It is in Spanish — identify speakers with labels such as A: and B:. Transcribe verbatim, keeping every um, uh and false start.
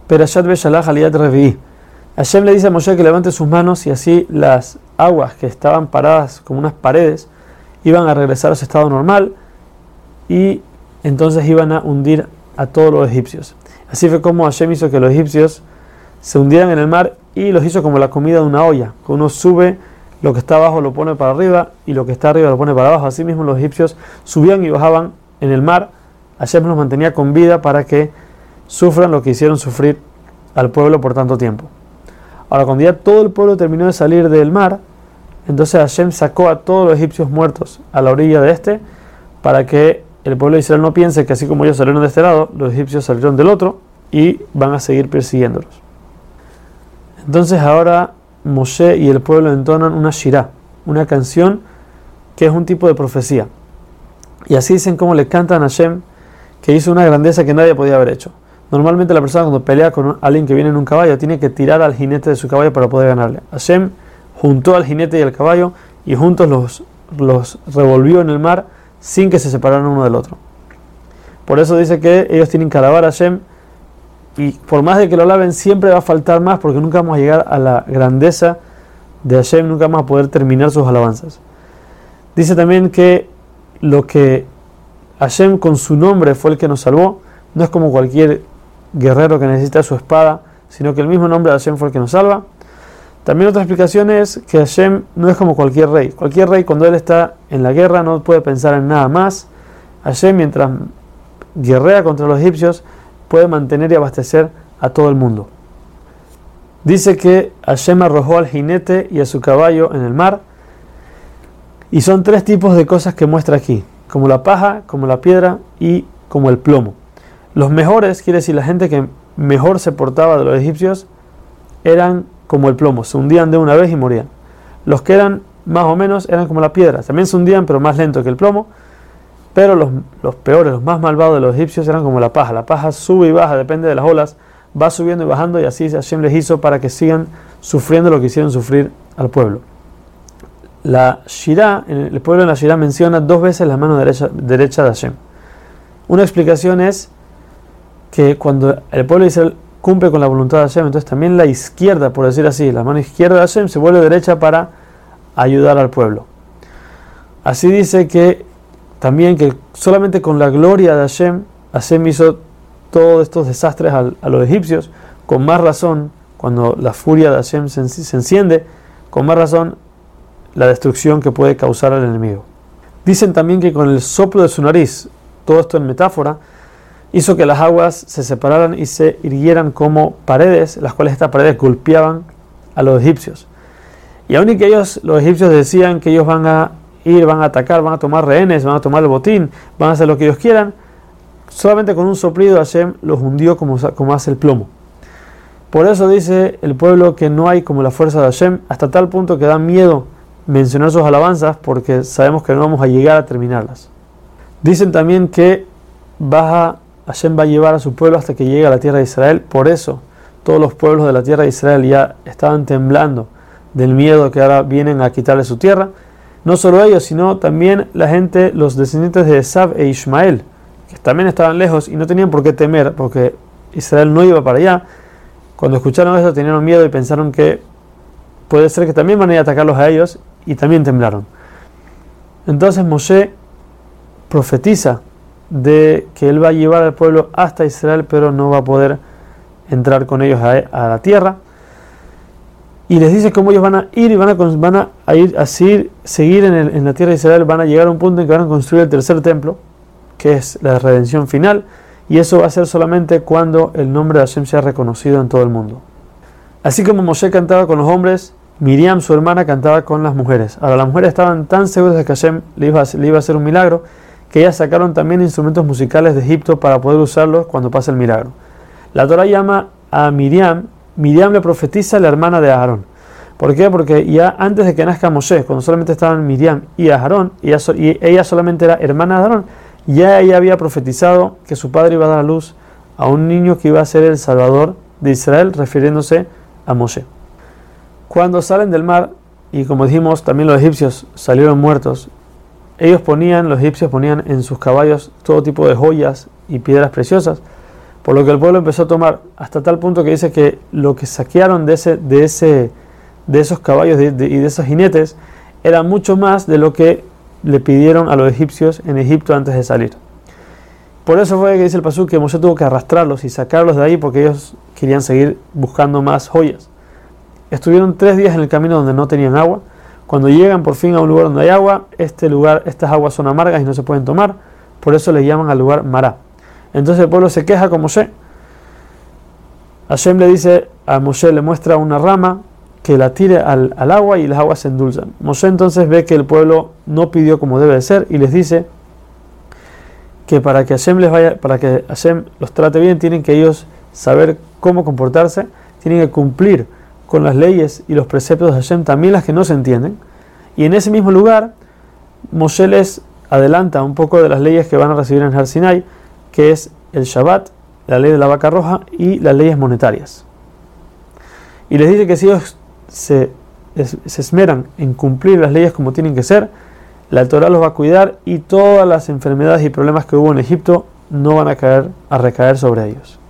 A: Perashat Beshalach Aliyat Revi'i. Hashem le dice a Moshe que levante sus manos y así las aguas que estaban paradas como unas paredes iban a regresar a su estado normal y entonces iban a hundir a todos los egipcios. Así fue como Hashem hizo que los egipcios se hundieran en el mar y los hizo como la comida de una olla, que uno sube, lo que está abajo lo pone para arriba y lo que está arriba lo pone para abajo. Así mismo los egipcios subían y bajaban en el mar. Hashem los mantenía con vida para que sufran lo que hicieron sufrir al pueblo por tanto tiempo. Ahora, cuando ya todo el pueblo terminó de salir del mar, entonces Hashem sacó a todos los egipcios muertos a la orilla de este, para que el pueblo de Israel no piense que así como ellos salieron de este lado, los egipcios salieron del otro y van a seguir persiguiéndolos. Entonces ahora Moshe y el pueblo entonan una shirá, una canción que es un tipo de profecía. Y así dicen cómo le cantan a Hashem, que hizo una grandeza que nadie podía haber hecho. Normalmente la persona cuando pelea con alguien que viene en un caballo tiene que tirar al jinete de su caballo para poder ganarle. Hashem juntó al jinete y al caballo y juntos los, los revolvió en el mar sin que se separaran uno del otro. Por eso dice que ellos tienen que alabar a Hashem, y por más de que lo alaben siempre va a faltar más, porque nunca vamos a llegar a la grandeza de Hashem, nunca vamos a poder terminar sus alabanzas. Dice también que lo que Hashem con su nombre fue el que nos salvó, no es como cualquier guerrero que necesita su espada, sino que el mismo nombre de Hashem fue el que nos salva. También otra explicación es que Hashem no es como cualquier rey. Cualquier rey cuando él está en la guerra no puede pensar en nada más. Hashem, mientras guerrea contra los egipcios, puede mantener y abastecer a todo el mundo. Dice que Hashem arrojó al jinete y a su caballo en el mar, y son tres tipos de cosas que muestra aquí, como la paja, como la piedra y como el plomo. Los mejores, quiere decir la gente que mejor se portaba de los egipcios, eran como el plomo, se hundían de una vez y morían. Los que eran más o menos eran como la piedra, también se hundían pero más lento que el plomo. Pero los, los peores, los más malvados de los egipcios eran como la paja. La paja sube y baja, depende de las olas, va subiendo y bajando, y así Hashem les hizo para que sigan sufriendo lo que hicieron sufrir al pueblo. La Shirá, el pueblo en la Shirá menciona dos veces la mano derecha, derecha de Hashem. Una explicación es que cuando el pueblo de Israel cumple con la voluntad de Hashem, entonces también la izquierda, por decir así, la mano izquierda de Hashem se vuelve derecha para ayudar al pueblo. Así dice que también que solamente con la gloria de Hashem, Hashem hizo todos estos desastres a, a los egipcios. Con más razón, cuando la furia de Hashem se, se enciende, con más razón la destrucción que puede causar al enemigo. Dicen también que con el soplo de su nariz, todo esto en metáfora, hizo que las aguas se separaran y se irguieran como paredes, las cuales estas paredes golpeaban a los egipcios. Y aun y que ellos, los egipcios, decían que ellos van a ir, van a atacar, van a tomar rehenes, van a tomar el botín, van a hacer lo que ellos quieran, solamente con un soplido Hashem los hundió como, como hace el plomo. Por eso dice el pueblo que no hay como la fuerza de Hashem, hasta tal punto que da miedo mencionar sus alabanzas porque sabemos que no vamos a llegar a terminarlas. Dicen también que baja, Hashem va a llevar a su pueblo hasta que llegue a la tierra de Israel. Por eso todos los pueblos de la tierra de Israel ya estaban temblando del miedo que ahora vienen a quitarle su tierra. No solo ellos, sino también la gente, los descendientes de Esav e Ismael, que también estaban lejos y no tenían por qué temer, porque Israel no iba para allá. Cuando escucharon eso tenían miedo y pensaron que puede ser que también van a ir a atacarlos a ellos, y también temblaron. Entonces Moshe profetiza de que él va a llevar al pueblo hasta Israel, pero no va a poder entrar con ellos a, a la tierra. Y les dice cómo ellos van a ir y van a, van a, a ir a seguir, seguir en, el, en la tierra de Israel, van a llegar a un punto en que van a construir el tercer templo, que es la redención final, y eso va a ser solamente cuando el nombre de Hashem sea reconocido en todo el mundo. Así como Moshe cantaba con los hombres, Miriam, su hermana, cantaba con las mujeres. Ahora las mujeres estaban tan seguras de que Hashem le iba, a, le iba a hacer un milagro, que ellas sacaron también instrumentos musicales de Egipto para poder usarlos cuando pase el milagro. La Torah llama a Miriam, Miriam le profetiza a la hermana de Aarón. ¿Por qué? Porque ya antes de que nazca Moshe, cuando solamente estaban Miriam y Aarón, y ella, y ella solamente era hermana de Aarón, ya ella había profetizado que su padre iba a dar a luz a un niño que iba a ser el salvador de Israel, refiriéndose a Moshe. Cuando salen del mar, y como dijimos, también los egipcios salieron muertos, ellos ponían, los egipcios ponían en sus caballos todo tipo de joyas y piedras preciosas, Por lo que el pueblo empezó a tomar, hasta tal punto que dice que lo que saquearon de, ese, de, ese, de esos caballos de, de, y de esos jinetes era mucho más de lo que le pidieron a los egipcios en Egipto antes de salir. Por eso fue que dice el pasuk que Moshe tuvo que arrastrarlos y sacarlos de ahí porque ellos querían seguir buscando más joyas. Estuvieron tres días en el camino donde no tenían agua. Cuando llegan por fin a un lugar donde hay agua, este lugar, estas aguas son amargas y no se pueden tomar, por eso le llaman al lugar Mará. Entonces el pueblo se queja con Moshe. Hashem le dice a Moshe, le muestra una rama que la tire al, al agua y las aguas se endulzan. Moshe entonces ve que el pueblo no pidió como debe de ser y les dice que para que Hashem les vaya, para que Hashem los trate bien, tienen que ellos saber cómo comportarse, tienen que cumplir con las leyes y los preceptos de Hashem, también las que no se entienden. Y en ese mismo lugar, Moshe les adelanta un poco de las leyes que van a recibir en Har Sinai, que es el Shabbat, la ley de la vaca roja y las leyes monetarias. Y les dice que si ellos se, se esmeran en cumplir las leyes como tienen que ser, la Torah los va a cuidar y todas las enfermedades y problemas que hubo en Egipto no van a caer, a recaer sobre ellos.